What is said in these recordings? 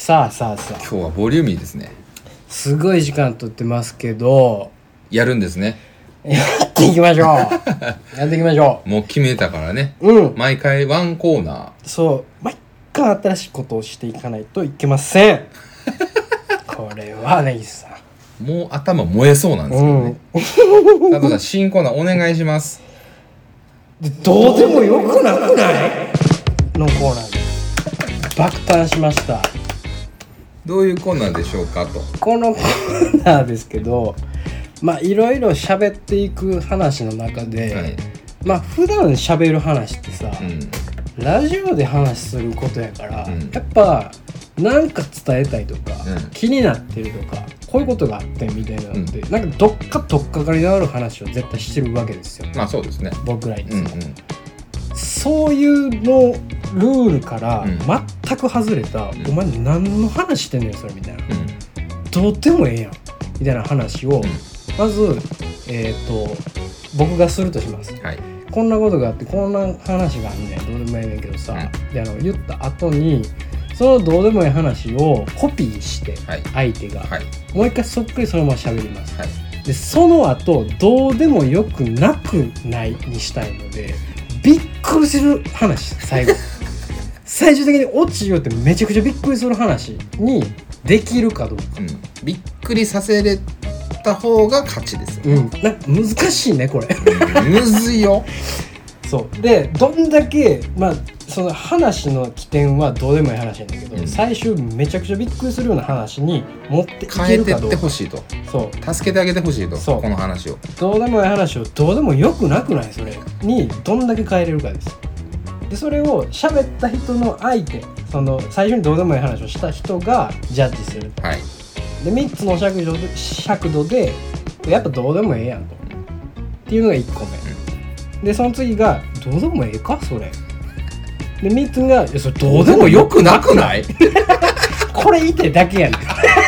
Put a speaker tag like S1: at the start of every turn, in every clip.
S1: さあ
S2: 今日はボリューミーですね。
S1: すごい時間とってますけど
S2: やるんですね。
S1: やっていきましょうやっていきましょ
S2: もう決めたからね。
S1: う。
S2: 毎回ワンコーナー。
S1: そう毎回新しいことをしていかないといけませんこれは根岸さん
S2: もう頭燃えそうなんですけどね。佐藤さん新コーナーお願いします。
S1: どうでもよくなくないのコーナーです爆誕しました。
S2: どういうコーナーでしょうかと。
S1: このコーナーですけどいろいろ喋っていく話の中で、はい、普段喋る話ってさ、ラジオで話することやから、やっぱなんか伝えたいとか、気になってるとかこういうことがあってみたいなのって、なんかどっか取っかかりのある話を絶対してるわけですよ。
S2: まあそうですね。僕
S1: らにですよ、そういうのルールから全く外れた、お前何の話してんねんそれみたいな、どうでもええやんみたいな話を、まず僕がするとします、はい、こんなことがあってこんな話があんねんどうでもええねんけどさ、で言った後にそのどうでもいい話をコピーして、相手が、もう一回そっくりそのまま喋ります、でその後どうでもよくなくないにしたいのでびっくりする話最後最終的にオチ言うてめちゃくちゃびっくりする話にできるかどうか、
S2: びっくりさせれた方が勝ちですよ、
S1: なんか難しいねこれ
S2: むずいよ
S1: そうでどんだけその話の起点はどうでもいい話なんだけど、最終めちゃくちゃびっくりするような話に持っていけるかどうか、
S2: 変えてってほしいと、
S1: そう
S2: 助けてあげてほしいと、この話を
S1: どうでもいい話をどうでもよくなくないそれにどんだけ変えれるかです。でそれを喋った人の相手、その最初にどうでもいい話をした人がジャッジする、で3つの尺度でやっぱどうでもええやんとっていうのが1個目、でその次がどうでもええかそれで3つがそれどうでもよくなくないこれ言いたいだけやねん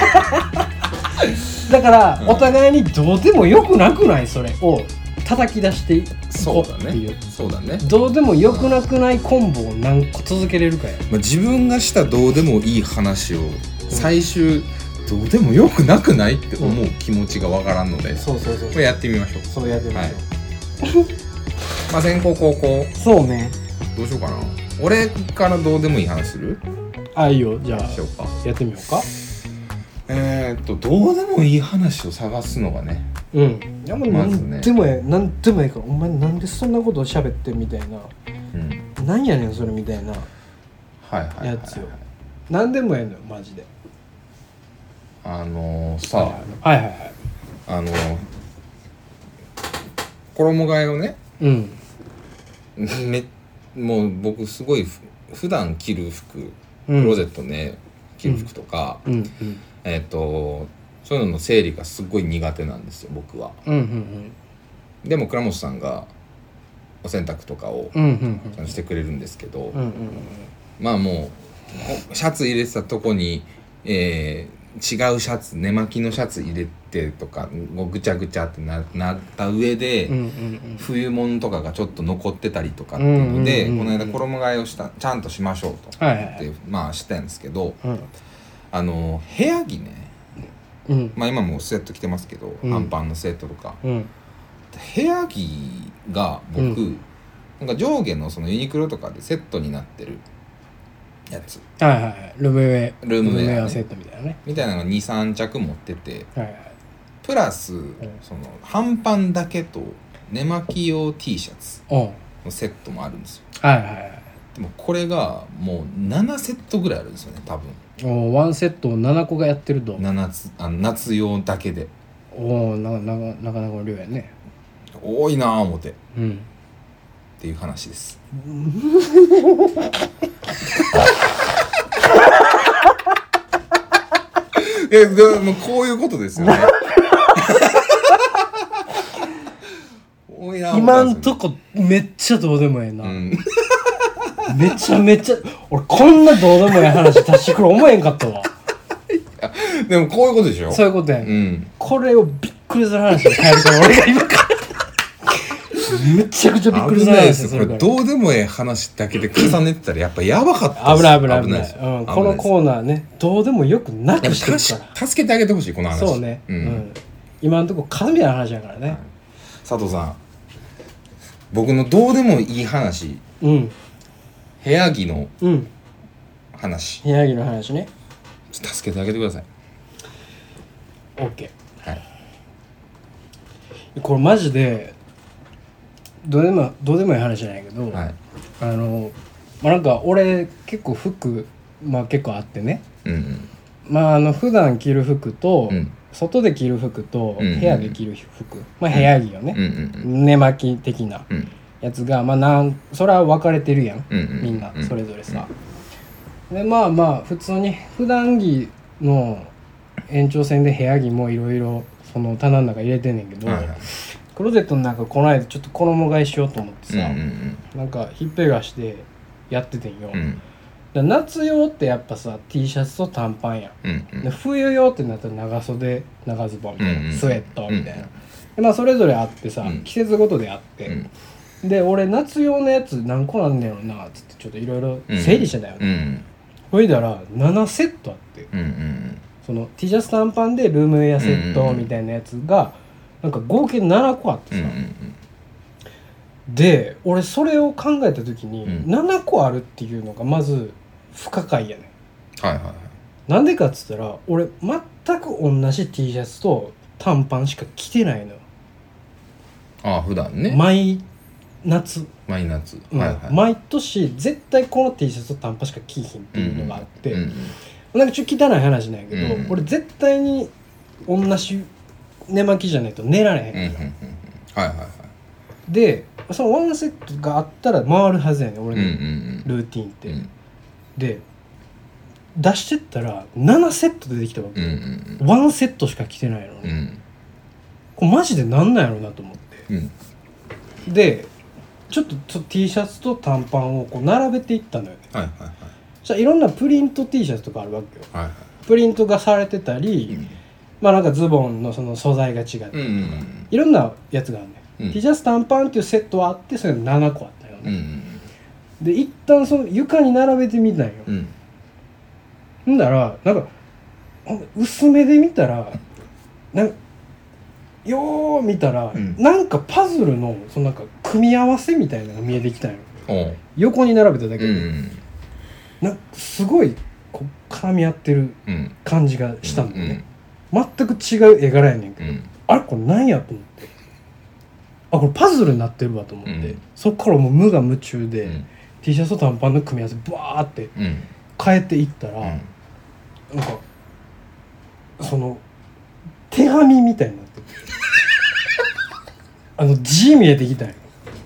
S1: だからお互いにどうでもよくなくないそれを叩き出していこうっていう、
S2: そうだね、
S1: どうでもよくなくないコンボを何個続けれるかや、
S2: 自分がしたどうでもいい話を最終、どうでもよくなくないって思う気持ちがわからんので、
S1: そう
S2: これやってみましょう。
S1: そうやってみましょう、
S2: 先攻後攻、
S1: そうね、
S2: どうしようかな。俺からどうでもいい話する？
S1: いいよ、じゃあやってみようか。
S2: どうでもいい話を探すのがね、
S1: いやもう何でもええ、何でもええから、お前なんでそんなことを喋ってみたいな、なんやねんそれみたいなやつよ。何でもええのよマジで。
S2: 衣替えをね、もう僕すごい普段着る服、クローゼットね着る服とか、そういうのの整理がすごい苦手なんですよ僕は、でも倉本さんがお洗濯とかをしてくれるんですけど、もうシャツ入れてたとこに、違うシャツ、寝巻きのシャツ入れてとかぐちゃぐちゃって なった上で、冬物とかがちょっと残ってたりとかっていうので、この間衣替えをちゃんとしましょうとって、したんですけど、部屋着ね、今もセット着てますけど、半パンのセットとか、部屋着が僕、なんか上下のそのユニクロとかでセットになってるやつ、
S1: ルームウェア、
S2: ね、
S1: セットみたいなね、
S2: みたいなのが 2,3 着持ってて、プラス、その半パンだけと寝巻き用 T シャツのセットもあるんですよ。でもこれがもう7セットぐらいあるんですよね多分。
S1: ワンセットを7個がやってると。
S2: 夏用だけで。
S1: なかなかの量やね。
S2: 多いなぁ思って。っていう話です。でもこういうことですよね。
S1: 今んとこめっちゃどうでもええな、めちゃめちゃ俺こんなどうでもええ話出してくる思えんかったわ
S2: でもこういうことでしょ。
S1: そういうことや、これをびっくりする話に変えるから俺が今からめちゃくちゃびっくりするんですよ。
S2: これどうでもええ話だけで重ねてたらやっぱやばかったです。
S1: 危ない危ない危ない、うん、このコーナーねどうでもよくなくしてるから
S2: 助けてあげてほしいこの話。
S1: そうね、うんうん、今のところ風みたいな話だからね、はい、
S2: 佐藤さん僕のどうでもいい話、
S1: うん、
S2: 部屋着の話、
S1: 部屋着の話ね
S2: 助けてあげてください。
S1: OK、
S2: はい、
S1: これマジでどうでもいい話じゃないけど、
S2: はい、
S1: まあ、なんか俺結構服、まあ、結構あってね、
S2: うんうん、
S1: まあ普段着る服と、うん、外で着る服と、うんうん、部屋で着る服、まあ、部屋着よね、うんうん、寝巻き的なやつが、まあそれは分かれてるやん、うんうん、みんなそれぞれさ、でまあ普通に普段着の延長線で部屋着もいろいろその棚の中入れてんねんけど、はい、クローゼットの中この間ちょっと衣替えしようと思ってさ、うんうんうん、なんかひっぺがしてやっててんよ、うん、だ夏用ってやっぱさ T シャツと短パンやん、うんうん、で冬用ってなったら長袖長ズボンみたいな、うんうん、スウェットみたいな、でまあそれぞれあってさ、うん、季節ごとであって、うん、で俺夏用のやつ何個なんねやろなっつってちょっといろいろ整理してたよね、うんうん、ほいだら7セットあって、うんうん、その T シャツ短パンでルームウェアセットみたいなやつがなんか合計7個あってさ、うんうんうん、で俺それを考えた時に、うん、7個あるっていうのがまず不可解やねん、はいはいはい、なんでかっつったら俺全く同じ T シャツと短パンしか着てないのよ。
S2: ああ普段ね
S1: 毎夏、
S2: うん、
S1: はいはい、毎年絶対この T シャツと短パンしか着ひんっていうのがあって、うんうんうん、なんかちょっと汚い話なんやけど、うん、俺絶対に同じ寝巻きじゃないと寝られへんから、うんうんうん、はいはいはい、でそのワンセットがあったら回るはずやねん俺のルーティンって、うんうんうん、で出してったら7セット出てきたわけ、うんうんうん、ワンセットしか着てないのに、うん、これマジでなんなんやろなと思って、うん、でちょっと T シャツと短パンをこう並べていったのよね、はいはいはい、じゃあいろんなプリント T シャツとかあるわけよ、はいはい、プリントがされてたり、うん、まあなんかズボンのその素材が違ったりとか、うんうん、いろんなやつがあるね、うん、T シャツ短パンっていうセットはあってそれが7個あったよね、うんうん、で一旦その床に並べてみたんよ、うん、だらなんか薄めで見たらなんかよー見たら、うん、なんかパズルのそのなんか組み合わせみたいなのが見えてきたんよ、横に並べただけで、うんうん、なんかすごいこう絡み合ってる感じがしたんだよね、うんうん、全く違う絵柄やねんけど、うん、あれこれ何やと思って、あこれパズルになってるわと思って、うん、そっからもう無我夢中で、うん、T シャツと短パンの組み合わせバーって変えていったら、うん、なんかその手紙みたいになってて字見えてきたんよ。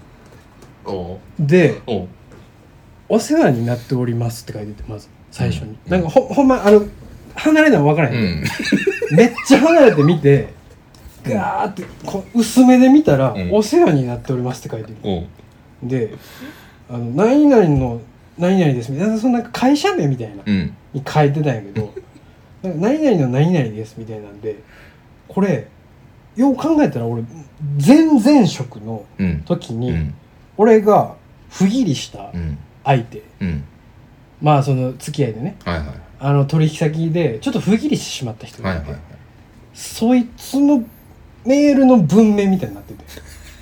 S1: でお世話になっておりますって書いててまず最初に、うん、なんかほんま離れないの分からへん、うん、めっちゃ離れて見てガーってこう薄めで見たら、うん、お世話になっておりますって書いてる、うん、で何々の何々ですみたいなそのなんか会社名みたいな、うん、に書いてたんやけど何々の何々ですみたいなんでこれよう考えたら俺前々職の時に、うん、俺が不義理した相手、うん、まあその付き合いでね、はいはい、取引先でちょっと不義理してしまった人がいて、はいはいはい、そいつのメールの文面みたいになってて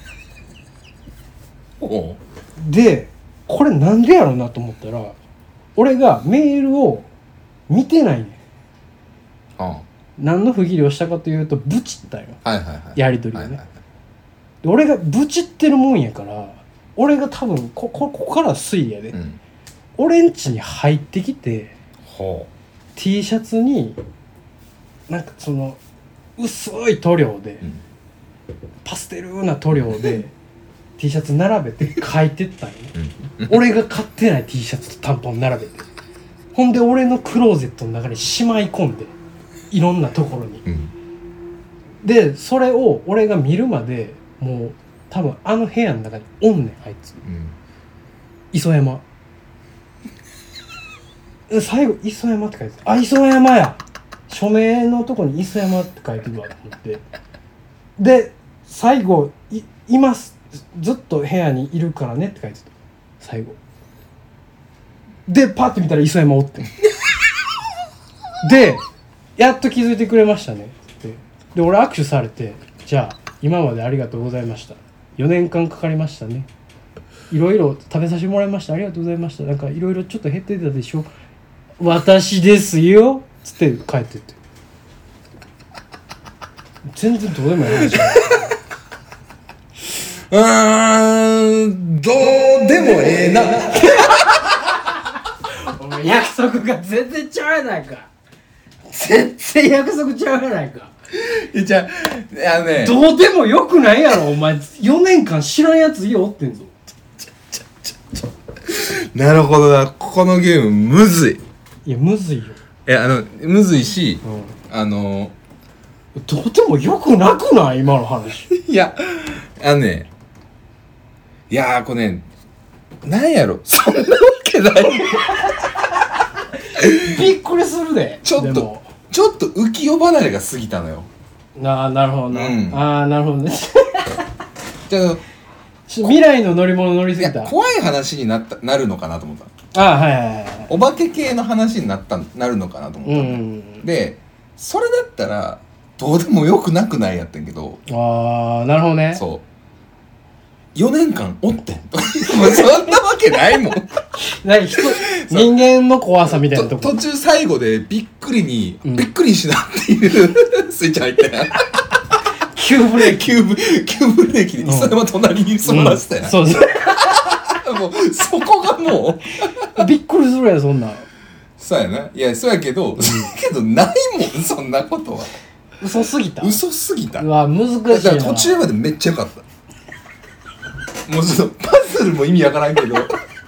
S1: でこれなんでやろうなと思ったら俺がメールを見てないねん。ああ何の不義理をしたかというとブチったよ、はいはいはい、やり取りをね、はいはいはい、で俺がブチってるもんやから俺が多分こから推理やで、うん、俺ん家に入ってきて、T シャツになんかその薄い塗料で、うん、パステルな塗料でT シャツ並べて書いてったんよ、うん、俺が買ってない T シャツと短パン並べてほんで俺のクローゼットの中にしまい込んでいろんなところに、うん、でそれを俺が見るまでもう多分部屋の中におんねんあいつ、うん、磯山最後磯山って書いてあ磯山や署名のとこに磯山って書いてるわと思ってで最後いますずっと部屋にいるからねって書いてた最後でパッて見たら磯山おってでやっと気づいてくれましたねってで俺握手されてじゃあ今までありがとうございました4年間かかりましたねいろいろ食べさせてもらいましたありがとうございましたなんかいろいろちょっと減ってたでしょ私ですよつって帰ってって全然どうでもいい話
S2: どうでもええな
S1: お前約束が全然ちゃうやないか全然約束ちゃうやないか
S2: じゃあね
S1: どうでもよくないやろお前4年間知らんやついいよおってんぞ
S2: なるほどなこのゲームむずい
S1: いやむずいよ
S2: むずいし、
S1: どうでもよくなくない今の話
S2: いやいやこれねなんやろそんなわけない
S1: びっくりするで
S2: ちょっと浮世離れが過ぎたのよ
S1: なるほどな、なるほどね
S2: じゃあ
S1: 未来の乗り物乗りすぎた
S2: 怖い話になるのかなと思った
S1: はい
S2: お化け系の話になるのかなと思った、でそれだったらどうでもよくなくないやってんけど
S1: なるほどね
S2: そう4年間おってんそんなわけないもん
S1: 人間の怖さみたいなとこ
S2: 途中最後でびっくりしなっていうスイッチ入って
S1: 急ブレーキ
S2: で磯山隣に座らせたやん、
S1: そう
S2: もうそこがも
S1: うびっくりするやんそんなん
S2: そうやないやそうやけど、ないもんそんなことは
S1: 嘘すぎた
S2: う
S1: わ難しいな
S2: だから途中までめっちゃよかったもうちょっとパズルも意味わからんけど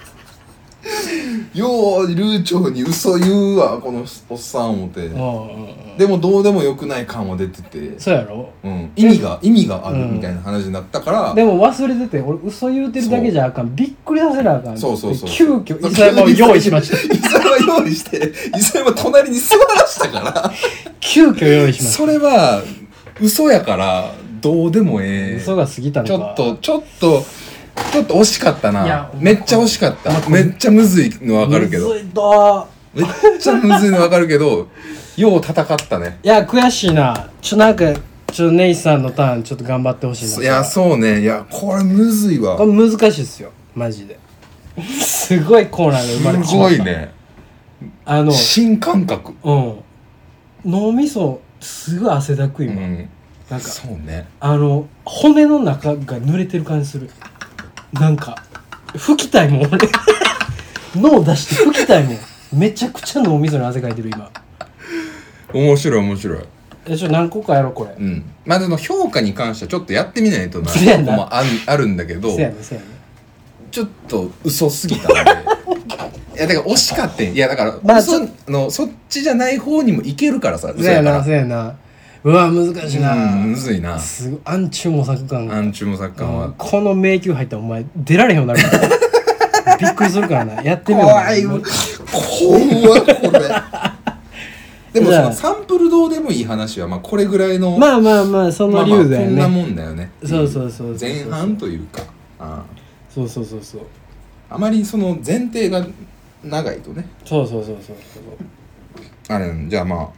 S2: よう流暢に嘘言うわこのおっさん思ってでもどうでもよくない感は出てて
S1: そうやろ、
S2: 意味があるみたいな話になったから、
S1: でも忘れてて俺嘘言うてるだけじゃあかんびっくりさせなあかん
S2: そう
S1: 急遽磯山を用意しました
S2: 磯山用意して磯山隣に座らしたから
S1: 急遽用意しました
S2: それは嘘やからどうでもええ
S1: 嘘が過ぎたのか
S2: ちょっと惜しかったなめっちゃ惜しかっためっちゃむずいの分かるけど
S1: むずいと
S2: めっちゃむずいの分かるけどよう戦ったね
S1: いや悔しいななんかネイさんのターンちょっと頑張ってほしいない
S2: やそうねいやこれむずいわ
S1: これ難しいっすよマジですごいコーナーが生まれてしまった
S2: すごいね新感覚
S1: 脳みそすごい汗だく今、なんか
S2: そうね
S1: 骨の中が濡れてる感じするなんか吹きたいもん俺脳出して吹きたいもんめちゃくちゃ脳みそに汗かいてる今
S2: 面白い
S1: 何個かやろこれ
S2: まずの評価に関してはちょっとやってみないとな
S1: そうやな
S2: もあるんだけど
S1: そうやね
S2: ちょっと嘘すぎたのでいやだから惜しかったんいやだからそっちじゃない方にもいけるからさ
S1: そうやなうわ難しいな
S2: むずいな
S1: すごい暗中模索感
S2: は
S1: この迷宮入ったらお前出られへんようになるびっくりするからなやってみよう
S2: 怖いこれでもそのサンプルどうでもいい話はまあこれぐらいの
S1: まあその流だよね
S2: こんなもんだよね
S1: そう
S2: 前半というか
S1: そう
S2: あまりその前提が長いとね
S1: そう
S2: あれじゃあまあ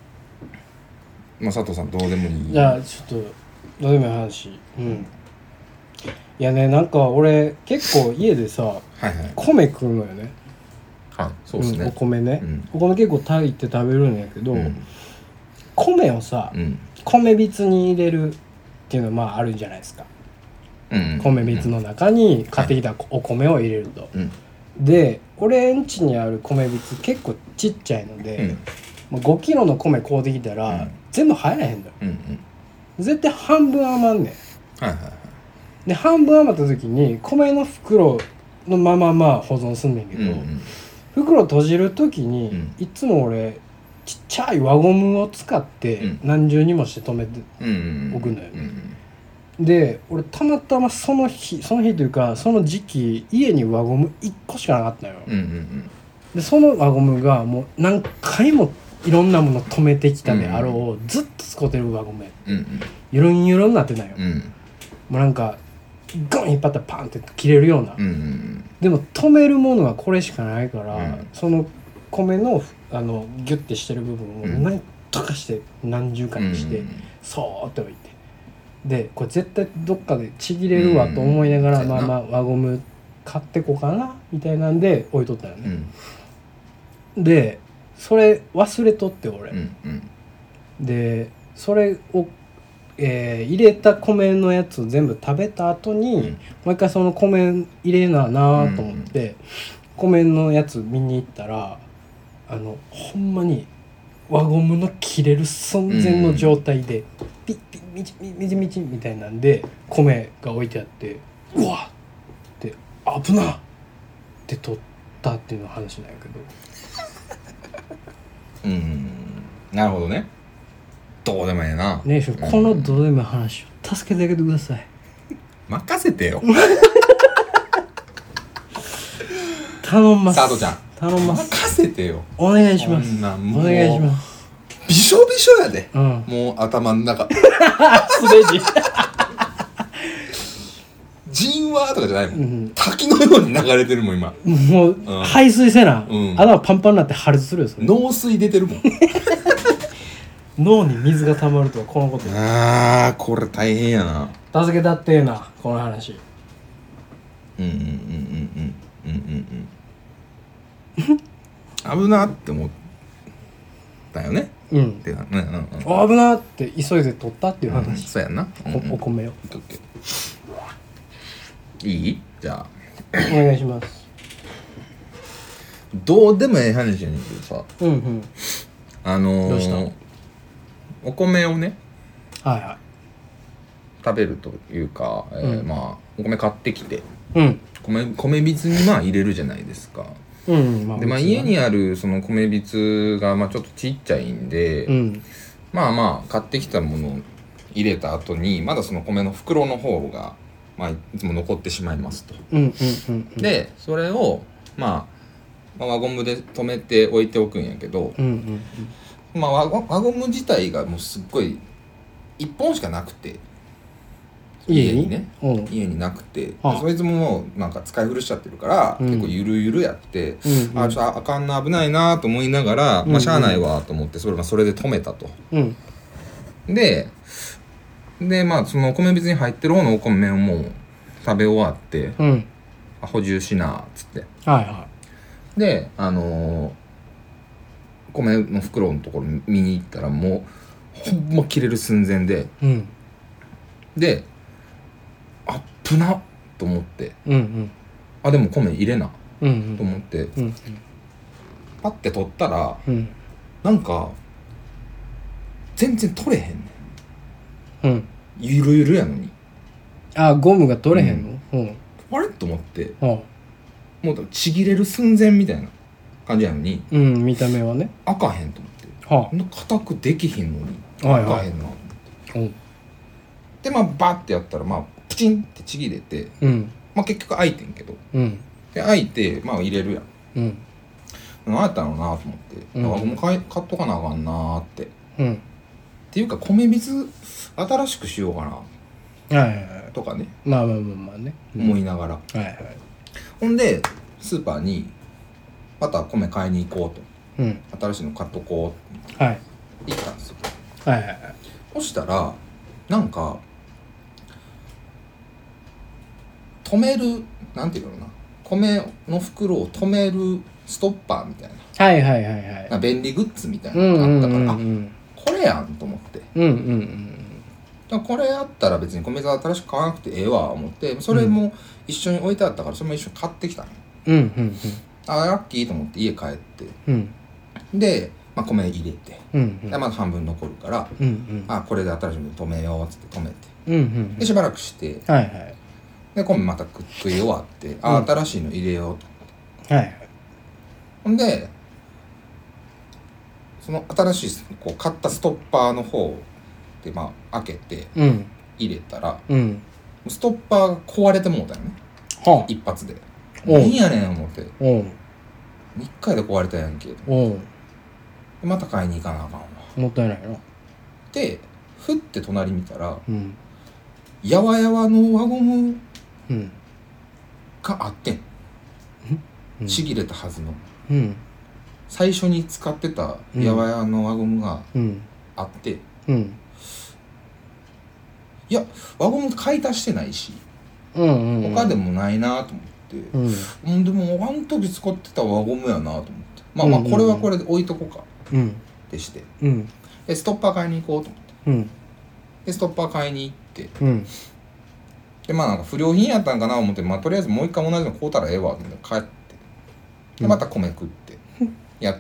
S2: 佐藤さんどうでもいい
S1: じゃあちょっとどうでもいい話いやねなんか俺結構家でさ米食うのよね
S2: そうですね
S1: お米ねお米結構炊いて食べるんやけど米をさ米びつに入れるっていうのはまああるんじゃないですか米びつの中に買ってきたお米を入れるとで俺ん家にある米びつ結構ちっちゃいので5キロの米買うてきたら全部入らへんのよ絶対半分余んねんで半分余った時に米の袋のまま保存すんねんけど袋閉じる時にいつも俺ちっちゃい輪ゴムを使って何重にもして留めておくのよで俺たまたまその日というかその時期家に輪ゴム1個しかなかったのよでその輪ゴムがもう何回もいろんなもの止めてきたであろうずっと使ってる輪ゴムゆるんゆるんなってないよもうなんかゴン引っ張ったらパンって切れるような、
S2: うん、
S1: でも止めるものはこれしかないから、
S2: うん、
S1: その米のギュッてしてる部分を何とかして何重かにして、そーって置いて、でこれ絶対どっかでちぎれるわと思いながら、まあまあ輪ゴム買ってこうかなみたいなんで置いとったよね、でそれ忘れとって俺、でそれを、入れた米のやつを全部食べた後に、もう一回その米入れななと思って、米のやつ見に行ったらほんまに輪ゴムの切れる寸前の状態で、ピッピッみちみちみちみたいなんで米が置いてあって、うわっって危なって取ったっていうの話なんやけど、
S2: なるほどね。どうでもええな。
S1: ねえ、このどうでもいい話を助けてあげてください。
S2: 任せてよ。
S1: 頼んます。
S2: サードちゃん。
S1: 頼んます。
S2: 任せてよ。
S1: お願いします。お願いします。
S2: びしょびしょやで。もう頭の中。
S1: すでに。
S2: ジンワーとかじゃないもん。滝のように流れてるもん今。
S1: もう排水せな。頭パンパンになって破裂するよそれ。
S2: 脳水出てるもん。
S1: 脳に水が溜まるとはこのこと。
S2: ああ、これ大変やな。
S1: 助けたってえなこの話。
S2: 危なって思ったよね。って危
S1: なって急いで取ったっていう話。
S2: そうやな。
S1: お米を。
S2: いい？じゃあ
S1: お願いします。
S2: どうでもええ話やねんけどさ。
S1: どうした？
S2: お米をね、
S1: はいはい、
S2: 食べるというか、まあお米買ってきて、米びつにまあ入れるじゃないですか。でまあ家にあるその米びつがまあちょっとちっちゃいんで、まあまあ買ってきたものを入れた後にまだその米の袋の方がまあいつも残ってしまいますと。でそれをまあ輪ゴムで留めて置いておくんやけど、まあ輪ゴム自体がもうすっごい1本しかなくて、家にね、家になくて、そいつももうなんか使い古しちゃってるから、結構ゆるゆるやって、ちょっとあかんな危ないなと思いながら、まあしゃあないわと思ってそれで止めたと。でまあその米びつに入ってる方のお米をもう食べ終わって、補充しなっつって、で米の袋のところ見に行ったらもうほんま切れる寸前で、であぶなと思って、あでも米入れな、と思って、パッて取ったら、なんか全然取れへんねん、ゆるゆるやのに。
S1: ゴムが取れへんの？
S2: あれと思って、もうちぎれる寸前みたいな感じやのに、
S1: 見た目はね
S2: 開かへんと思って、硬くできひんのに開かへんなと思って、でまあバッてやったらまあプチンってちぎれて、まあ結局開いてんけど、で開いてまあ入れるやん、何やったのなと思って、もう買っとかなあかんなーって、っていうか米びつ新しくしようかなとかね、
S1: まあね、
S2: 思いながら、ほんでスーパーにまた米買いに行こうと、新しいの買っとこうって行ったんですよ。そしたらなんか止めるなんていうのかな、米の袋を止めるストッパーみたいな、便利グッズみたいなのがあったから、これやんと思って、これやったら別に米沢新しく買わなくてええわ思って、それも一緒に置いてあったからそれも一緒に買ってきたの。ラッキーと思って家帰って、で、まあ、米入れて、でまだ半分残るから、これで新しいの止めようっつって止めて、でしばらくして、で米また食い終わって、新しいの入れようと思って、ほんでその新しいこう買ったストッパーの方でまあ開けて入れたら、ストッパーが壊れてもうたよね、一発で。何やねん思って、1回で壊れたやんけ、また買いに行かなあかんわ、
S1: もったいないな。
S2: でふって隣見たら、やわやわの輪ゴムがあってん、ちぎれたはずの、最初に使ってたやわやの輪ゴムがあって、いや輪ゴム買い足してないし、他でもないなと思って、でもあの時使ってた輪ゴムやなと思って、まあこれはこれで置いとこうかってして、でストッパー買いに行こうと思って、でストッパー買いに行って、でなんか不良品やったんかなと思って、とりあえずもう一回同じの買うたらええわって帰って、でまた米食ってやって、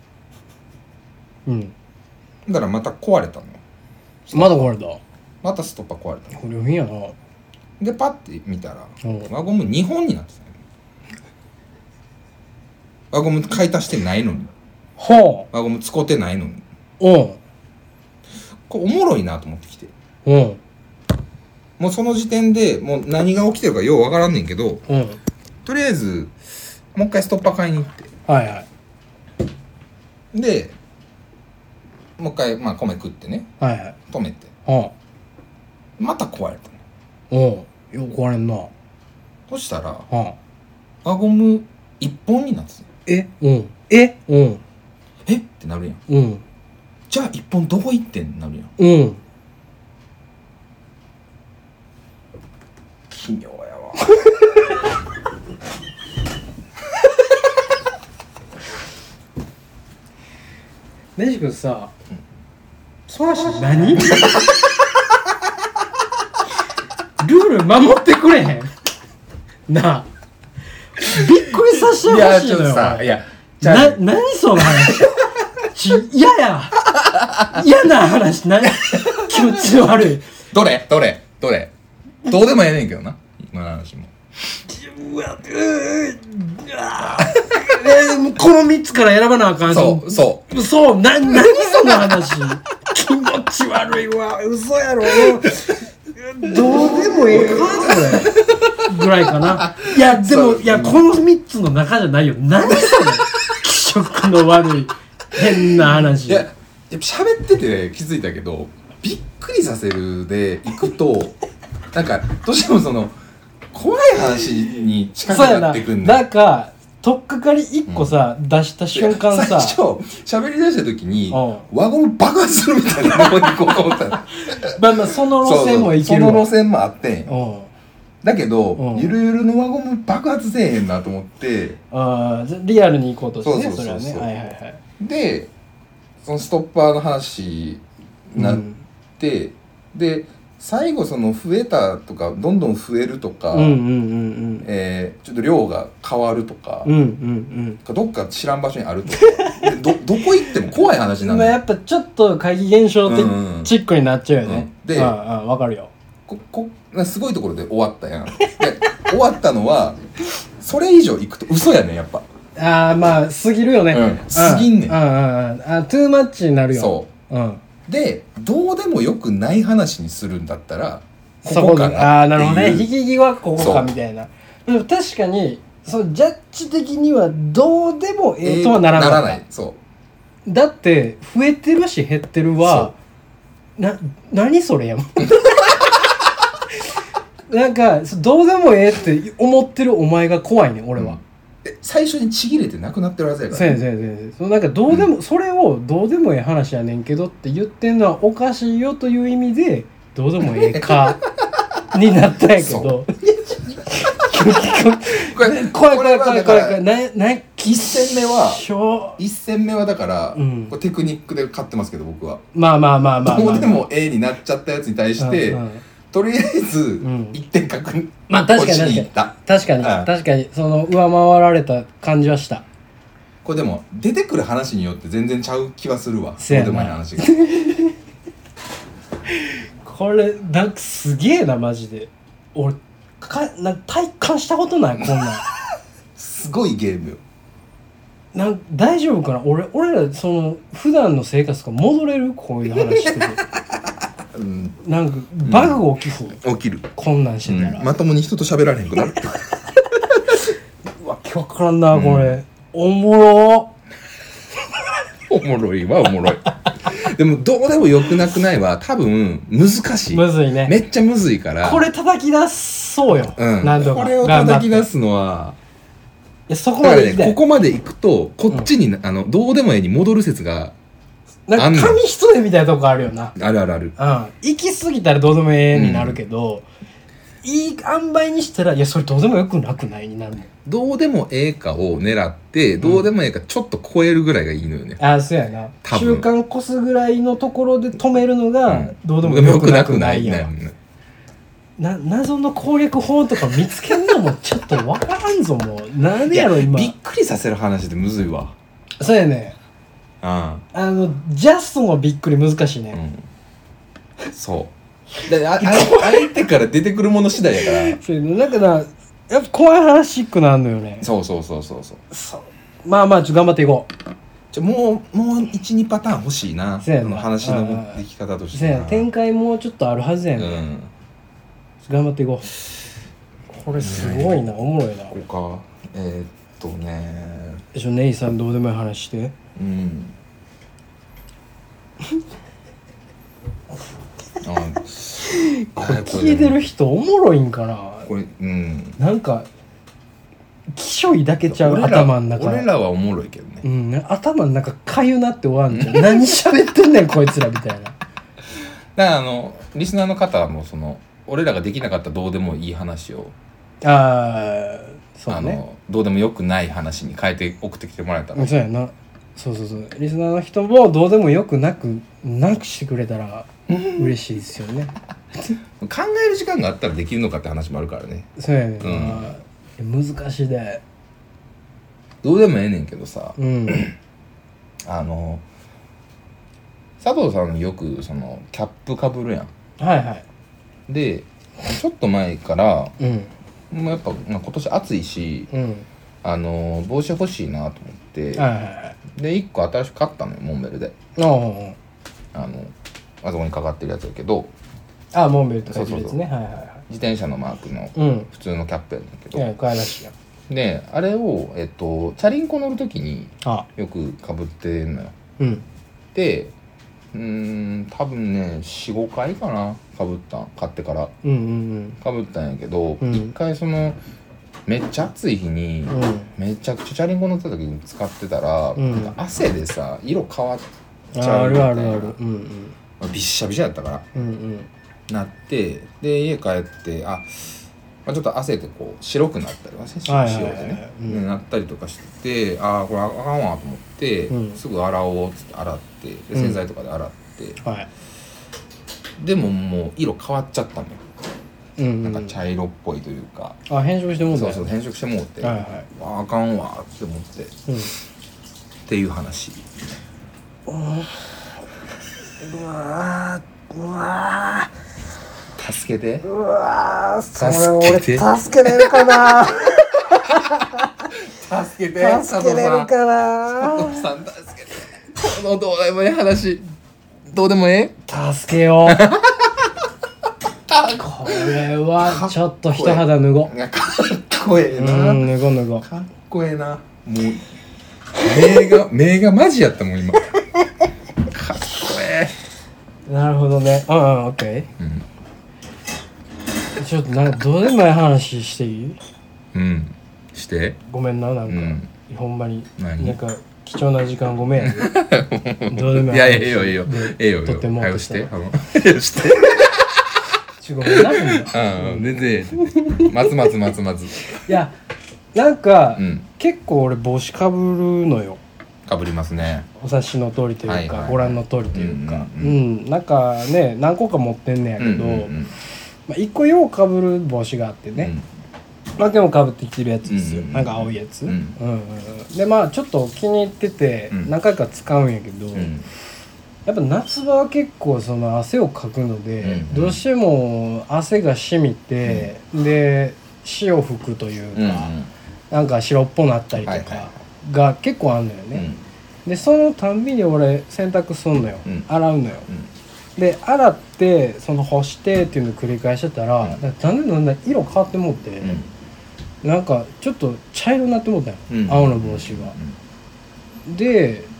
S2: だからまた壊れたのよ。
S1: まだ壊れた。
S2: またストッパー壊れたの。
S1: 不良品やな。
S2: でパッて見たら輪ゴム2本になってたよ。輪ゴム買い足してないのに、輪ゴム使ってないのに、これおもろいなと思ってきて、もうその時点でもう何が起きてるかようわからんねんけど、とりあえずもう一回ストッパー買いに行って、でもう一回米食ってね、止めて、また壊れたの。
S1: よく壊れんな。
S2: そしたら輪ゴム1本になってた。ってなるやん。じゃあ1本どこ行ってんなるやん。奇妙やわ。
S1: ねじくんさ、その話何？ルール守ってくれへんなあ。びっくりさせてほしいのよ。
S2: いやちょっとさ、いや
S1: 何その話。嫌な話。気持ち悪い。
S2: どれどうでもええねんけどな、今の話も。
S1: この3つから選ばなあかん。
S2: そう
S1: 何その話。気持ち悪いわ。嘘やろ。どうでもええかそれぐらいかな。いやでもいやこの3つの中じゃないよ。何それ気色の悪い変な話。
S2: いや喋ってて気づいたけど、びっくりさせるでいくとなんかどうしてもその怖い話に近くなってくんだ。
S1: なんかとっかかり1個さ、出した瞬間さ、
S2: 最初喋り出した時に輪ゴム爆発するみたいなのにこう思った。
S1: その路線もいけるわ。
S2: その路線もあってん。だけどゆるゆるの輪ゴム爆発せえへんなと思って、
S1: リアルに行こうとしてね。それはね。
S2: でそのストッパーの話になって、で最後その増えたとかどんどん増えるとか、ちょっと量が変わるとか、どっか知らん場所にあるとかどこ行っても怖い話なんだよ。
S1: やっぱちょっと怪奇現象チックになっちゃうよね。でわかるよ。
S2: すごいところで終わったやん。で終わったのはそれ以上行くと嘘やねんやっぱ。
S1: 過ぎるよね。
S2: 過ぎんねん。
S1: トゥーマッチになるよ。
S2: そう。でどうでもよくない話にするんだったらここかな。
S1: なるほどね。引き際ここかみたいな。でも確かにジャッジ的にはどうでもええとはならない。ならない。そう。だって増えてるし減ってるは何それやもん。なんかどうでもええって思ってるお前が怖いね俺は。
S2: 最初にちぎれてなくなってるはずやから、
S1: ね。なんかどうでも、それをどうでもええ話やねんけどって言ってんのはおかしいよという意味でどうでもええかになったんやけど。怖い。
S2: 1戦目はだから、これテクニックで勝ってますけど僕は。どうでもええになっちゃったやつに対して。とりあえず1点確認
S1: 確かにその上回られた感じはした。
S2: これでも出てくる話によって全然ちゃう気はするわ。そうでもない話が
S1: これなんかすげえなマジで。俺なんか体感したことないこんなん
S2: すごいゲーム
S1: よ。大丈夫かな。俺らその普段の生活が戻れるこういう話しててなんかバグが起きるこんなんしてたら、
S2: まともに人と喋られへんくなる
S1: わけわからんなこれ、おもろ
S2: おもろいわおもろいでもどうでもよくなくないは多分難しい。
S1: むずいね。
S2: めっちゃむずいから。
S1: これ叩き出そうよ。何度か。
S2: これを叩き出すのは。
S1: そこまで、
S2: ね、ここまで行くとこっちに、どうでもええに戻る説が
S1: なんか紙一重みたいなとこあるよな。
S2: あるあるある。
S1: 行き過ぎたらどうでもええになるけど、いい塩梅にしたらいやそれどうでもよくなくないになるもん。
S2: どうでもええかを狙って、どうでもええかちょっと超えるぐらいがいいのよね。
S1: そうやな。中間越すぐらいのところで止めるのがどうでもよくなくないやん。謎の攻略法とか見つけるのもちょっと分からんぞもう。なんでやろ今。
S2: びっくりさせる話ってむずいわ。
S1: そうやね。ジャストのびっくり難しいね。
S2: そうで相手から出てくるもの次第やから
S1: そうなんかなやっぱ怖い話くなるのよね。
S2: そう
S1: まあ頑張っていこ
S2: う。もう 1,2 パターン欲しいな。話の持ってき方としてな。
S1: 展開もうちょっとあるはずやね。頑張っていこう。これすごいな、おもろいな。
S2: ここか
S1: ネイさんどうでもいい話して。これ聞いてる人おもろいんかな。
S2: これ
S1: なんかきしょいだけちゃう。頭の中
S2: 俺らはおもろいけどね。
S1: 頭の中かゆなって終わんじゃん。何喋ってんねんこいつらみたいな。だ
S2: からリスナーの方も俺らができなかったどうでもいい話を
S1: そうね、
S2: どうでもよくない話に変えて送ってきてもらえたら。
S1: そうやな。そうリスナーの人もどうでもよくなくしてくれたら嬉しいですよね。
S2: 考える時間があったらできるのかって話もあるからね。
S1: そうやねん、難しいで。
S2: どうでもええねんけどさ、佐藤さんよくキャップかぶるやん。
S1: はいはい。
S2: でちょっと前から、もうやっぱ今年暑いし、帽子欲しいなと思って、で1個新しく買ったのよ、モンベルで。あそこにかかってるやつだけど、
S1: モンベルとかいうやつね。
S2: 自転車のマークの普通のキャップやねんけど、
S1: かわいらしいやん。
S2: であれをチャリンコ乗る時によくかぶってんのよ。で多分ね 4,5 回かなかぶったん、買ってからかぶったんやけど、一回めっちゃ暑い日に、めちゃくちゃチャリンコ乗った時に使ってたら、汗でさ色変わっちゃうみたいな。びっしゃびしゃやったから、なって、で家帰ってちょっと汗でこう白くなったりはしようでね、なったりとかしてて、これあかんわと思って、すぐ洗おうっつって洗って、で洗剤とかで洗って、でももう色変わっちゃったのよ。なんか茶色っぽいというか、
S1: 変色してもうた。
S2: 変色してもうて、あかんわって思って、っていう話。
S1: うわ
S2: 助けて。
S1: それ俺助けれるかな。
S2: 助けて。
S1: 助けれるかな。
S2: 佐藤さん助けて。このどうでもいい話、どうでもえ
S1: え。助けよう。これはちょっと一肌脱ごう。
S2: かっこええな。
S1: 脱ごう。
S2: かっこええな。もう目がマジやったもん今。かっこえ
S1: え。なるほどね。オッケー。ちょっとどうでもいい話していい？
S2: して。
S1: ごめんな、なんか、ほんまになんか貴重な時間ごめん。どうでもいい話。
S2: いやええよ。
S1: とても。
S2: はよして。
S1: ごめんな。
S2: 全然。松。
S1: いやなんか、結構俺帽子かぶるのよ。
S2: かぶりますね。
S1: お察しの通りというか、ご覧の通りというか、なんかね何個か持ってんねやけど、一個ようかぶる帽子があってね、今日もかぶってきてるやつですよ。なんか青いやつ。でちょっと気に入ってて何回か使うんやけど、やっぱ夏場は結構汗をかくので、どうしても汗が染みて、で潮吹くというか、なんか白っぽなったりとかが結構あるのよね。でそのたんびに俺洗濯すんのよ、洗うのよ。で洗って干してっていうのを繰り返してたら、だんだん色変わってもって、なんかちょっと茶色になってもったよ、青の帽子が。で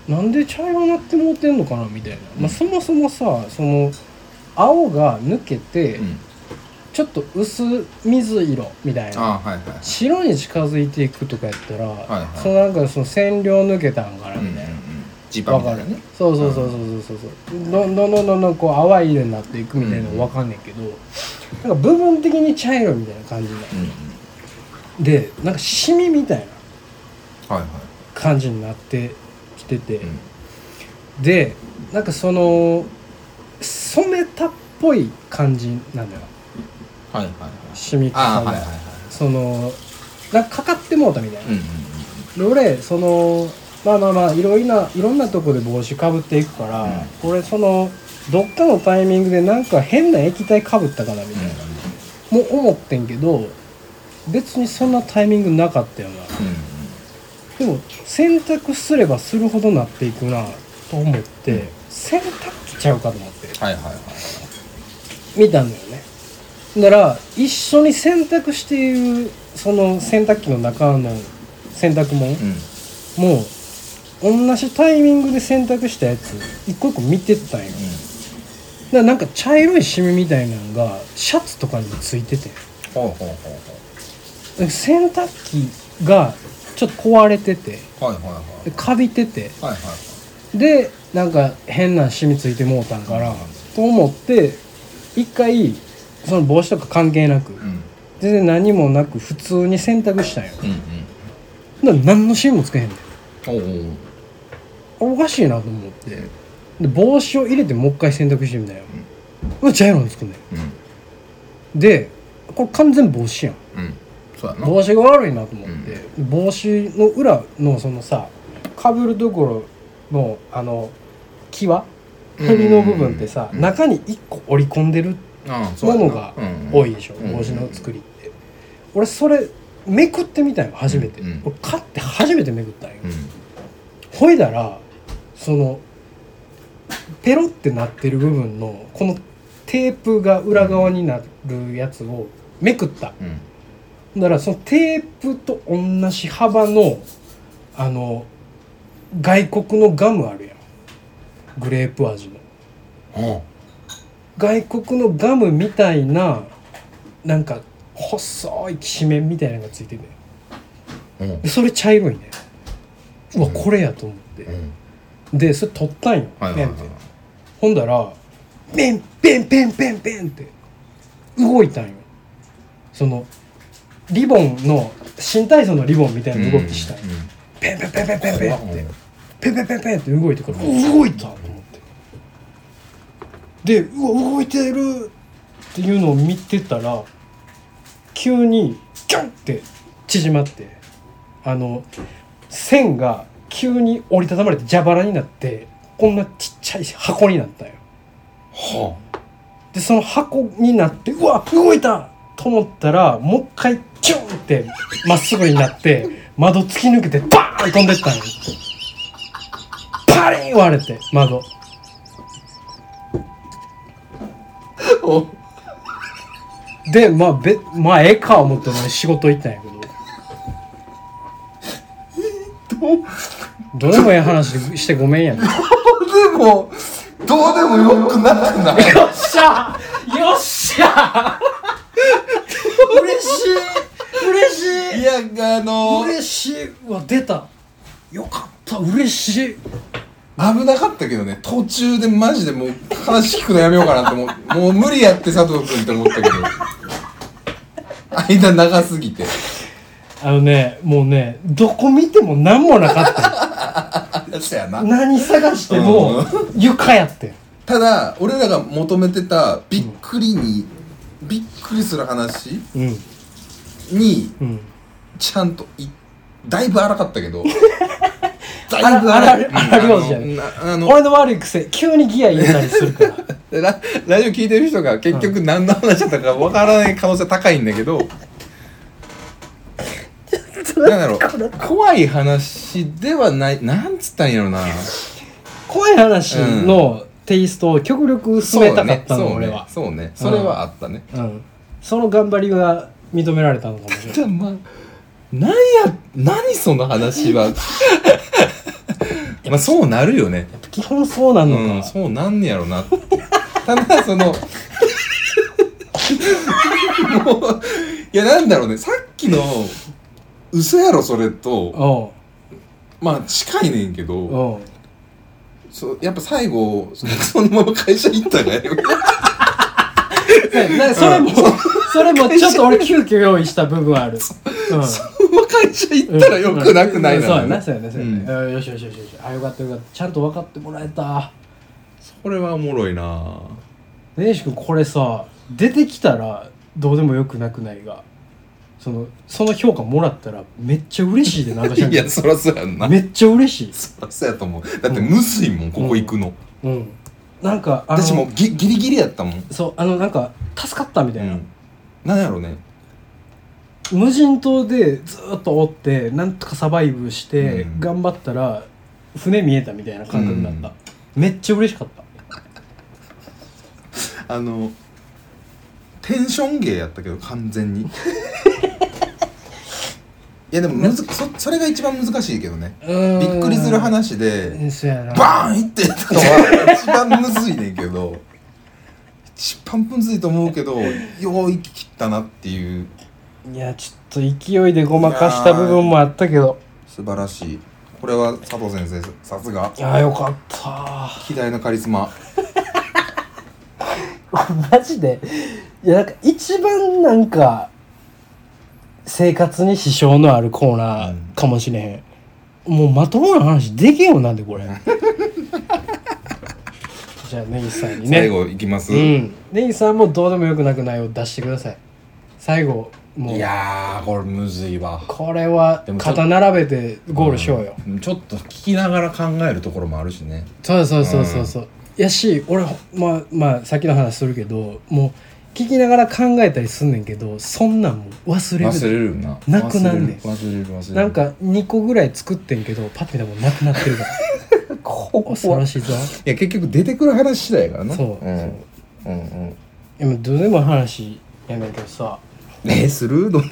S1: なんで茶色になってもうてんのかなみたいな、まあ、そもそもさその青が抜けて、ちょっと薄水色みたいな、白に近づいていくとかやったら、そのなんかその染料抜けたんかなみたいな、
S2: ジパみたいなね。
S1: そうどんどんこう淡い色になっていくみたいなの分かんねんけど、なんか部分的に茶色みたいな感じになる、でなんかシミみたいな感じになってきてて、でなんかその染めたっぽい感じなんだよ、シミ感が、そのなんかかかってもうたみたいな、で俺そのまあいろんなとこで帽子かぶっていくから、俺そのどっかのタイミングでなんか変な液体かぶったかなみたいな、もう思ってんけど別にそんなタイミングなかったよな、でも洗濯すればするほどなっていくなと思って、洗濯機ちゃうかと思って、見たんだよね。だから一緒に洗濯しているその洗濯機の中の洗濯物、もう同じタイミングで洗濯したやつ一個一個見てたんよ、だからなんか茶色いシミみたいなのがシャツとかにもついてて、洗濯機がちょっと壊れてて、カビてて、でなんか変なシミついてもうたんかな、と思って一回その帽子とか関係なく、全然何もなく普通に洗濯したんよ、だから何のシミもつけへんねん。おかしいなと思って、で帽子を入れてもう一回洗濯してみたよ、茶色につくねん、でこれ完全帽子やん、帽子が悪いなと思って、帽子の裏のそのさかぶるところの際ヘビの部分ってさ、中に1個折り込んでるものが多いでしょ、帽子の作りって。俺それめくってみたよ初めて、俺買って初めてめくったんよ、ほいだらそのペロってなってる部分のこのテープが裏側になるやつをめくった、だからそのテープと同じ幅の外国のガムあるやん、グレープ味の、外国のガムみたいななんか細いきしめんみたいなのがついてて、それ茶色いね、うわこれやと思って、でそれ取ったんよ、ペンって、ほんだらペンって動いたんよ、そのリボンの新体操のリボンみたいな動きしたんよ、ペンってペンって動いてから動いたと思って、でうわ動いてるっていうのを見てたら急にギュンって縮まって、線が急に折りたたまれて蛇腹になってこんなちっちゃい箱になったよ、でその箱になってうわ動いたと思ったらもう一回キュンってまっすぐになって窓突き抜けてバーン飛んでったんよ、パリン割れて窓でまあええか思って俺仕事行ったんやけどどうでもええ話してごめんやねど
S2: うでもよくなくない？
S1: よっしゃ嬉しい
S2: いや
S1: 嬉しいわ出たよかった嬉しい
S2: 危なかったけどね、途中でマジでもう話聞くのやめようかなってもう無理やって佐藤君って思ったけど間長すぎて
S1: もうねどこ見ても何もなかった
S2: そうやな、
S1: 何探しても床やってん。
S2: ただ俺らが求めてたびっくりする話にちゃんとだいぶ荒かったけどだいぶ荒
S1: 量じゃん。俺の悪い癖急にギア入れたりするから
S2: ラジオ聞いてる人が結局何の話だったかわからない可能性高いんだけどなんだろう、怖い話ではない、なんつったんやろな、
S1: 怖い話のテイストを極力進めたかったの、俺は
S2: そうねそれはあったね、
S1: その頑張りが認められたのかもしれない
S2: 何その話はまあそうなるよね。
S1: やっぱ基本そうなんのか、
S2: うん、そうなんねやろなってただそのもういやなんだろうね、さっきの嘘やろそれとまあ近いねんけど、やっぱ最後そのまま会社行ったがよ
S1: それも、それもちょっと俺急遽用意した部分ある。
S2: そのまま会社行ったらよくなくないな、
S1: そうやな、そうやね、そうやね。よしよしよしよし。あ、よかったよかった。ちゃんと分かってもらえた。
S2: それはおもろいな。
S1: 根岸君これさ、出てきたらどうでもよくなくないが、その評価もらったらめっちゃ嬉しいで、なんかしらんけど。
S2: いや、そらそうやんな。
S1: めっちゃ嬉しい。
S2: そらそうやと思う。だってむずいもん、ここ行くの。
S1: なんか
S2: 私もギリギリやったもん。
S1: そう、なんか助かったみたいな。
S2: なんやろうね。
S1: 無人島でずっとおってなんとかサバイブして頑張ったら船見えたみたいな感覚になった、めっちゃ嬉しかった。
S2: テンション芸やったけど完全にいやでもそれが一番難しいけどね。びっくりする話でバーンいってたのは一番むずいねんけど一番むずいと思うけど、よう生き切ったなっていう。
S1: いや、ちょっと勢いでごまかした部分もあったけど
S2: 素晴らしい。これは佐藤先生さすが。
S1: いや、よかった
S2: 希代のカリスマ
S1: マジで。いや、なんか一番なんか生活に支障のあるコーナーかもしれへん、もうまともな話できんよなんでこれじゃあネギさんにね
S2: 最後いきます。
S1: ネギさんもどうでもよくなくないを出してください。最後もう。
S2: いやーこれむずいわ。
S1: これは肩並べてゴールしようよ。
S2: ちょっと聞きながら考えるところもあるしね。
S1: そうやし、俺まあさっきの話するけど、もう聞きながら考えたりすんねんけど、そんなんも忘れる
S2: よな。
S1: なくなんねん。
S2: 忘れる。
S1: なんか2個ぐらい作ってんけどパッてでもなくなってるから恐ろしいぞ。
S2: いや結局出てくる話次第やからな。
S1: 今どうでもいい話やねんけどさ、
S2: するどう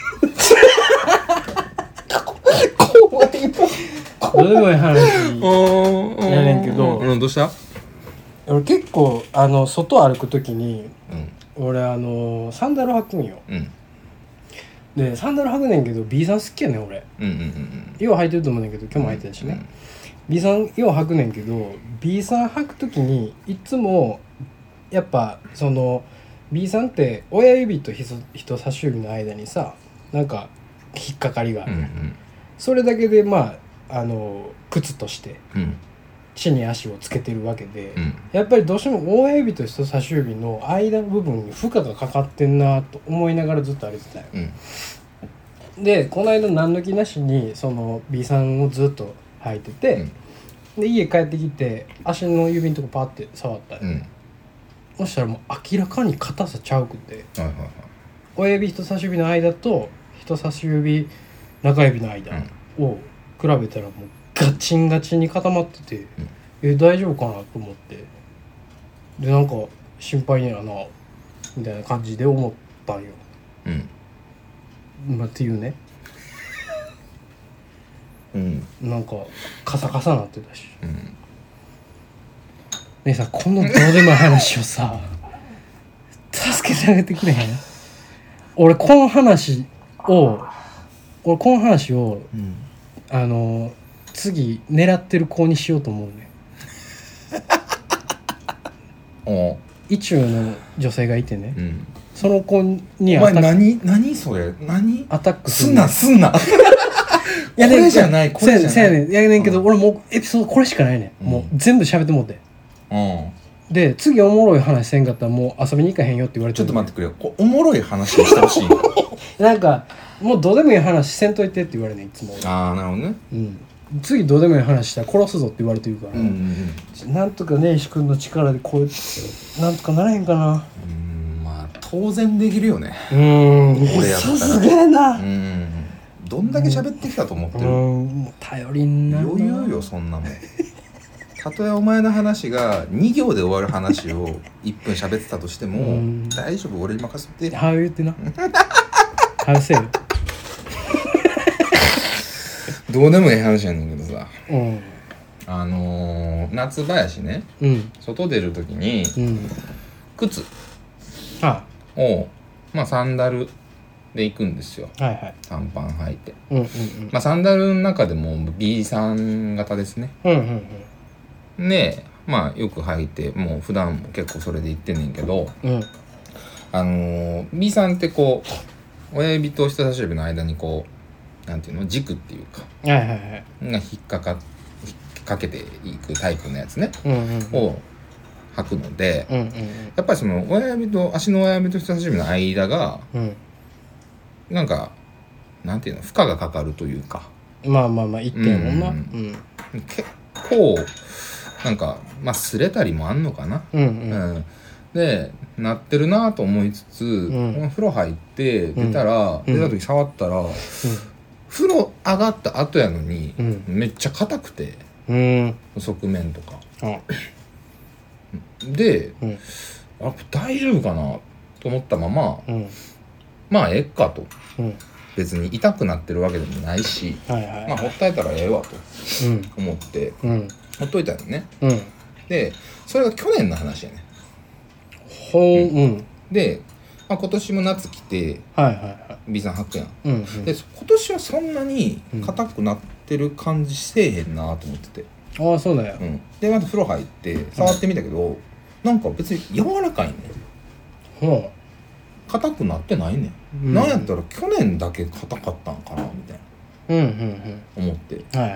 S1: でもいい話やねんけど、
S2: どうした？
S1: 俺結構外歩くときに、俺サンダル履くんよ、でサンダル履くねんけど B さん好きやねん俺、よう履いてると思うねんけど今日も履いてたしね、B さんよう履くねんけど B さん履くときにいつもやっぱその B さんって親指と人差し指の間にさなんか引っかかりがある、それだけでまあ靴として地に足をつけてるわけで、やっぱりどうしても親指と人差し指の間の部分に負荷がかかってんなと思いながらずっと歩いてたよ、でこの間何の気なしにその B さんをずっと履いてて、で家帰ってきて足の指のとこパッて触ったよ、そしたらもう明らかに硬さちゃうくて、親指人差し指の間と人差し指中指の間を比べたらもうガチンガチンに固まってて、大丈夫かなと思って、でなんか心配やなみたいな感じで思ったんよ、っていうね、なんかカサカサなってたし、ねえさ、このどうでもいい話をさ助けてあげてくれへん？俺この話を次狙ってる子にしようと思うね意中の女性がいてね、その子に
S2: お前何それ
S1: アタック
S2: すんなこれじゃないこれじゃない
S1: やねんけど、俺もうエピソードこれしかないねん、もう全部喋ってもって、で次おもろい話せんかったらもう遊びに行かへんよって言われてる。
S2: ちょっと待ってくれよ、おもろい話をしてほしい
S1: なんかもうどうでもいい話せんといてって言われるねいつも。
S2: なるほどね。
S1: 次どうでもいい話したら殺すぞって言われてるから、なんとかね石君の力でこうなんとかならへんかな。
S2: まあ当然できるよね。
S1: 俺やったらさすがやな。
S2: どんだけ喋ってきたと思ってる。
S1: もう頼りんな。
S2: 余裕よそんなもん。たとえお前の話が2行で終わる話を1分喋ってたとしても大丈夫、俺に任せて。
S1: はよ言ってな。はよせよ。
S2: どうでもいい話やねんけどさ、 夏林ね、外出る時に、靴をサンダルで行くんですよ、短パン履いて、サンダルの中でも B さん型ですね、でよく履いてもう普段も結構それで行ってんねんけど、B さんってこう親指と人差し指の間にこうなんていうの軸っていうか、が引っ掛けていくタイプのやつね、を履くので、やっぱりその親指と足の親指と人差し指の間が、なんかなんていうの負荷がかかるというか、
S1: 一点もな、
S2: 結構なんか擦れたりもあんのかな、でなってるなと思いつつ、風呂入って出た時触ったら、風呂上がった後やのに、めっちゃ硬くて、側面とか、で、大丈夫かなと思ったまま、ええかと、別に痛くなってるわけでもないし、ほっといたらええわと思って、ほっといたのね、でそれが去年の話やね。で、今年も夏来て、B さん履くやん、で今年はそんなに硬くなってる感じせえへんなと思ってて、
S1: そうだよ、
S2: でまた風呂入って触ってみたけど、なんか別に柔らかいね、硬くなってないね、なんやったら去年だけ硬かったんかなみたいな、思って、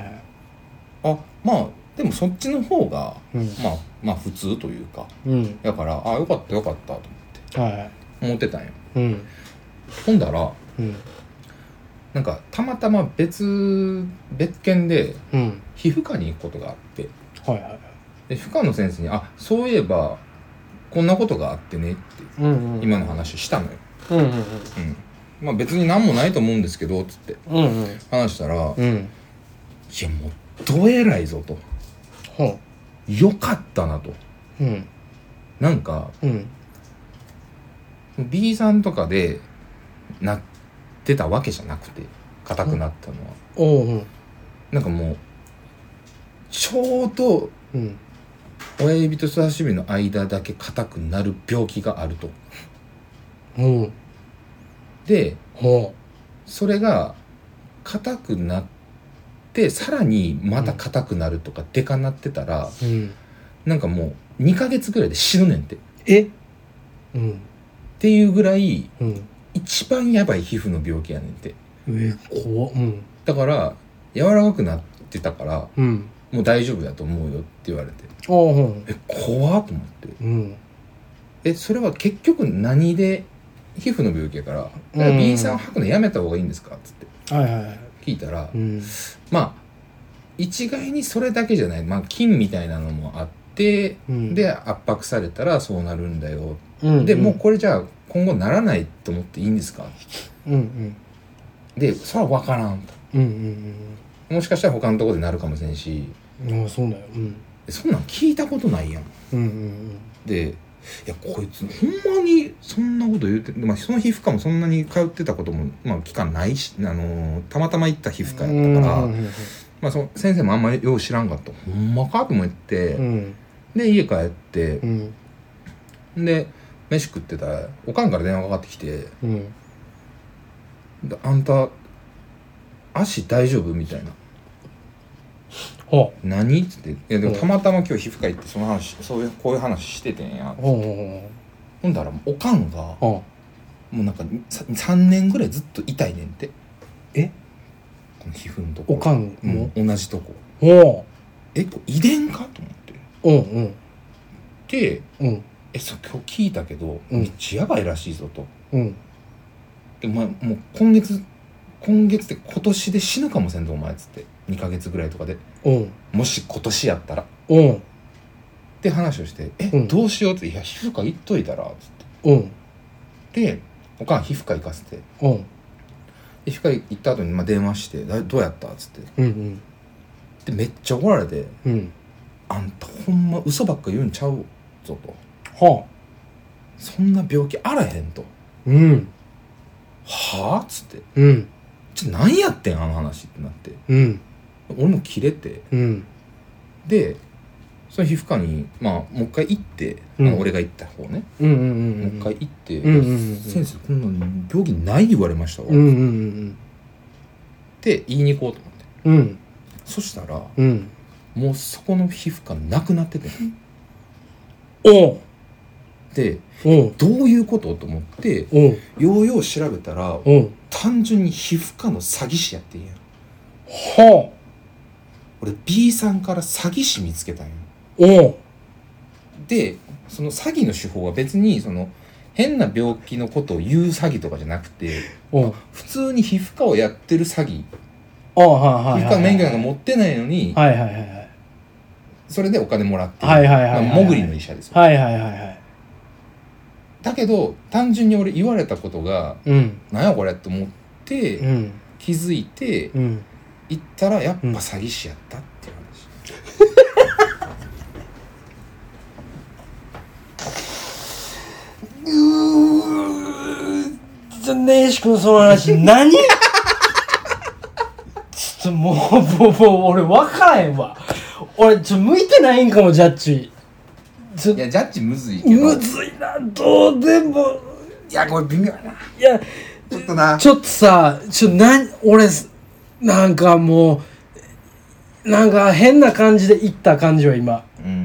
S2: でもそっちの方が、普通というか、だからよかったよかったと思って、思ってたんよ、ほんだら、なんかたまたま別件で皮膚科に行くことがあって、で皮膚科の先生にそういえばこんなことがあってねって、今の話したのよ、別に何もないと思うんですけどつって、話したら、いやもうどえらいぞと、よかったなと、なんか、B さんとかでなってたわけじゃなくて、硬くなったのは、なんかもうちょうど、親指と人差し指の間だけ硬くなる病気があると、で、それが硬くなってさらにまた硬くなるとかでかなってたら、なんかもう2ヶ月ぐらいで死ぬねんて、っていうぐらい、一番やばい皮膚の病気やねんて、
S1: 怖っ、
S2: だから柔らかくなってたから、もう大丈夫だと思うよって言われて、怖っと思って、それは結局何で皮膚の病気やから、B さん履くのやめた方がいいんですかっつって聞いたら、一概にそれだけじゃない、菌みたいなのもあって、で圧迫されたらそうなるんだよ、でもうこれじゃあ今後ならないと思っていいんですか、でそれは分からんと、もしかしたら他のところでなるかもしれんし、
S1: そうだよ、
S2: そんなん聞いたことないやん、でいやこいつほんまにそんなこと言うて、その皮膚科もそんなに通ってたことも、期間ないし、たまたま行った皮膚科やったから、その先生もあんまりよう知らんかった、ほんまかと思って、で家帰って、で飯食ってたらおかんから電話かかってきて、あんた足大丈夫みたいな、何っつって、いやでもたまたま今日皮膚科行ってその話、こういう話しててんや、ほんだらおかんがもうなんか3年ぐらいずっと痛いねんて、この皮膚のとこ、
S1: おかんも、
S2: 同じとこ、これ遺伝かと思って、で、今日聞いたけど、めっちゃやばいらしいぞと、でもう今月って今年で死ぬかもせんぞお前っつって、2ヶ月ぐらいとかで、もし今年やったらって話をして、どうしようって、いや皮膚科行っといたらっつって、でおかん皮膚科行かせて、皮膚科行った後に電話してどうやったっつって、でめっちゃ怒られて、あんたほんま嘘ばっか言うんちゃうぞと、そんな病気あらへんと、はあっつって、何やってんあの話ってなって、俺もキレて、 でその皮膚科にもう一回行って、俺が行った方ね、もう一回行って、先生こんな病気ない言われましたわ、って言いに行こうと思って、そしたら、もうそこの皮膚科なくなってて、でどういうことと思ってようよう調べたら、単純に皮膚科の詐欺師やってんやん。はあ。俺 B さんから詐欺師見つけたんよ。でその詐欺の手法は別にその変な病気のことを言う詐欺とかじゃなくて、普通に皮膚科をやってる詐欺、皮膚科の免許なんか持ってないのに、それでお金もらってる、潜りの医者ですよ。だけど単純に俺言われたことが、なんやこれと思って、気づいて、行ったらやっぱ詐欺師やったっていう話。
S1: じゃねえし君その話何？ちょっともう俺分からへんわ。俺向いてないんかもジャッジ。
S2: いやジャッジむずいけど。
S1: むずいな、どうでも。
S2: いやこれ微妙やな。
S1: いやちょっとな。ちょっとさ俺なんかもうなんか変な感じで言った感じは今、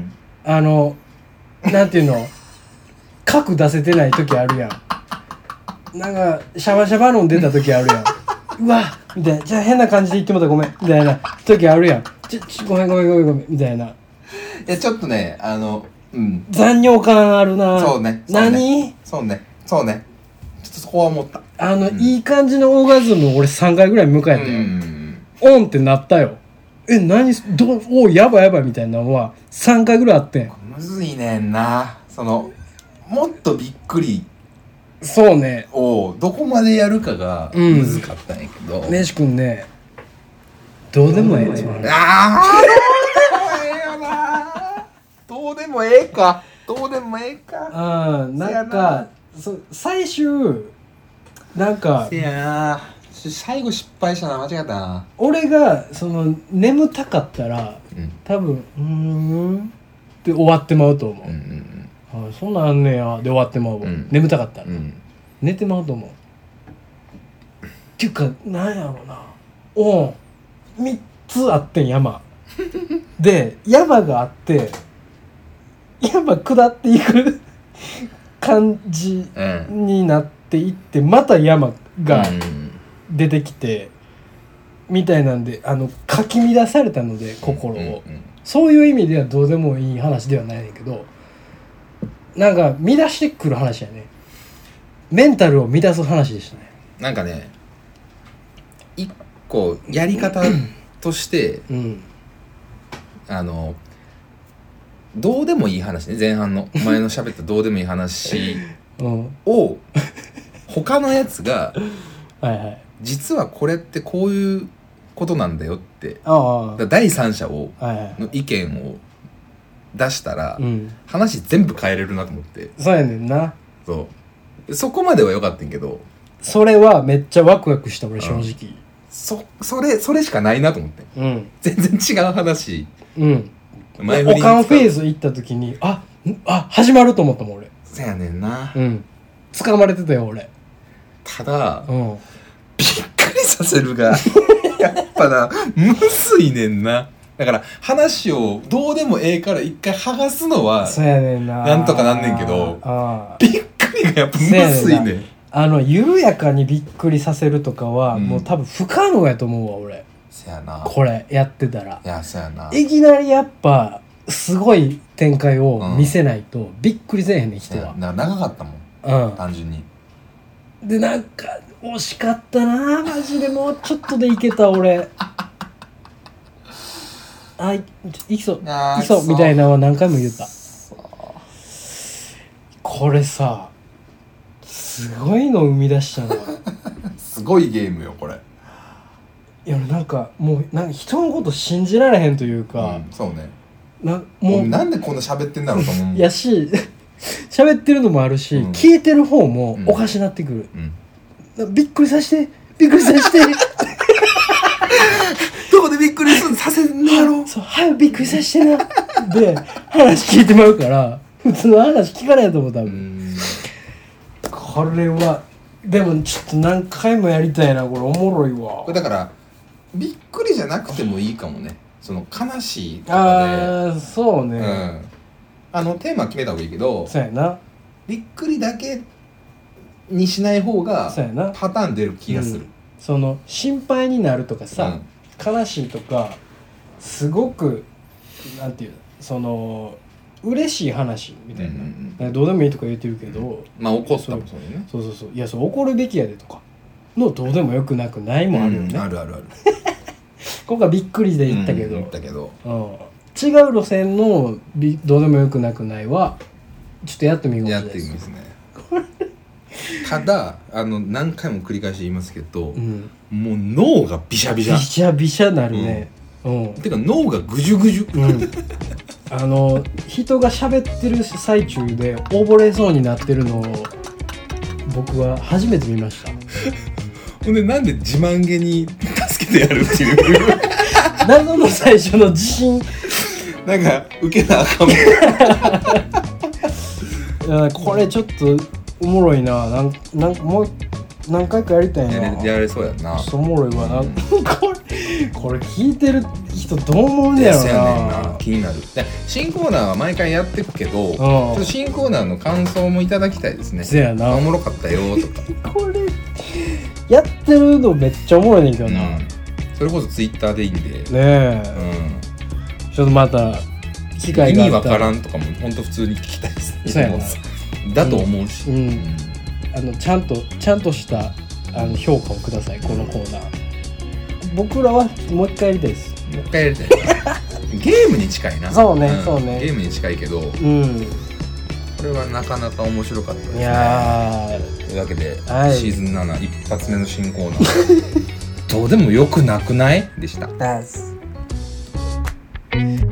S1: なんていうの核出せてない時あるやん。なんかシャバシャバ飲んでた時あるやん。うわみたいな、じゃあ変な感じで言ってもらったらごめんみたいな時あるやん。ごめんみたいな。い
S2: やちょっとね
S1: 残尿感あるな。
S2: そうね。
S1: 何？
S2: そうねちょっとそこは思った。
S1: いい感じのオーガズム俺3回ぐらい迎えて、オンってなったよ。やばいみたいなのは3回ぐらいあってん。
S2: むずいねんな。もっとびっくり
S1: そうね
S2: をどこまでやるかが難かったんやけど、
S1: ねし君ねどうでもええ。
S2: どうでもええよな。どうでもええか。
S1: なんか最終なんか
S2: せやな、最後失敗したな。間違ったな。
S1: 俺が眠たかったら、多分って終わってまうと思う。そんなんあんねやで終わってまうわ、眠たかったら、寝てまうと思う。っていうかなんやろな、3つあってん山で山があって山下っていく感じになっていって、また山が出てきて、みたいなんでかき乱されたので心を、そういう意味ではどうでもいい話ではないねんけど、なんか乱してくる話やね。メンタルを乱す話でしたね。
S2: なんかね一個やり方としてどうでもいい話ね、前半の前の喋ったどうでもいい話を他のやつが実はこれってこういうことなんだよって、第三者の意見を出したら話全部変えれるなと思って。
S1: そうやねんな。
S2: そこまでは良かったんけど、
S1: それはめっちゃワクワクした俺正直。
S2: それしかないなと思って、全然違う話。
S1: 前振りオカンフェーズ行った時に始まると思ったもん俺。
S2: そやねんな。
S1: 掴まれてたよ俺。
S2: ただ、びっくりさせるがやっぱなむずいねんな。だから話をどうでもええから一回剥がすのは
S1: そうやねんな、
S2: なんとかなんねんけど、びっくりがやっぱむずいねん。
S1: 緩やかにびっくりさせるとかは、もう多分不可能やと思うわ俺。
S2: そやな、
S1: これやってたら。
S2: いやそやな、
S1: いきなりやっぱすごい展開を見せないとびっくりせえへんねん人は。
S2: 長かったもん、単純に。
S1: でなんか惜しかったなマジで。もうちょっとでいけた俺いきそうみたいなのは何回も言った。これさすごいの生み出したな
S2: すごいゲームよこれ。
S1: いやなんかもう人のこと信じられへんというか、
S2: そうね。
S1: もう
S2: なんでこんな喋ってんだろうと思う。
S1: やし喋ってるのもあるし、聞いてる方もおかしなってくる、びっくりさせてどこでびっくりすんの
S2: させんのやろ。
S1: そう早くびっくりさせてなで話聞いてまうから普通の話聞かないと思う多分。これはでもちょっと何回もやりたいな。これおもろいわ。
S2: これだからびっくりじゃなくてもいいかもね。その悲しいとかで。
S1: ああそうね、
S2: テーマ決めた方がいいけど、
S1: そうやな。
S2: びっくりだけにしない方が
S1: そうやな
S2: パターン出る気がする。
S1: その心配になるとかさ、悲しいとかすごくなんていうその嬉しい話みたいな、どうでもいいとか言ってるけど、
S2: まあ怒ったもそうね。
S1: そういやそう怒るべきやでとかのどうでもよくなくないもあるよね。
S2: ある
S1: 今回びっくりで言ったけど、違う路線のどうでもよくなくないはちょっとやってみよう。
S2: やってみますね。ただ何回も繰り返し言いますけど、もう脳がビシャビシャ
S1: ビシャビシャなるね。
S2: てか脳がぐじゅぐじゅ。
S1: 人が喋ってる最中で溺れそうになってるのを僕は初めて見ました。
S2: ほんでなんで自慢げに助けてやるっていう
S1: 謎の最初の自信
S2: なんか受けなあかんも
S1: んこれちょっとおもろいな。もう何回かやりたいな。
S2: やれそうやな。
S1: おもろいわな、これ聞いてる人どう思うんやろな。
S2: 気になる。新コーナーは毎回やっていくけど、ちょっと新コーナーの感想もいただきたいですね。
S1: せやな。
S2: おもろかったよとか
S1: これやってるのめっちゃおもろいねんけどな、
S2: それこそツイッターでいいんで
S1: ねえ、ちょっとまた機会があったら意味わ
S2: からんとかも本当普通に聞きたいですね。
S1: そうやな
S2: だと思うし、
S1: ちゃんとした評価をください。このコーナー僕らはもう一回やりたいです。
S2: もう一回やりたいゲームに近いな。
S1: そうね、そうね。
S2: ゲームに近いけど、これはなかなか面白かったですね。
S1: いや
S2: というわけで、シーズン7一発目の新コーナーどうでもよくなくないでした。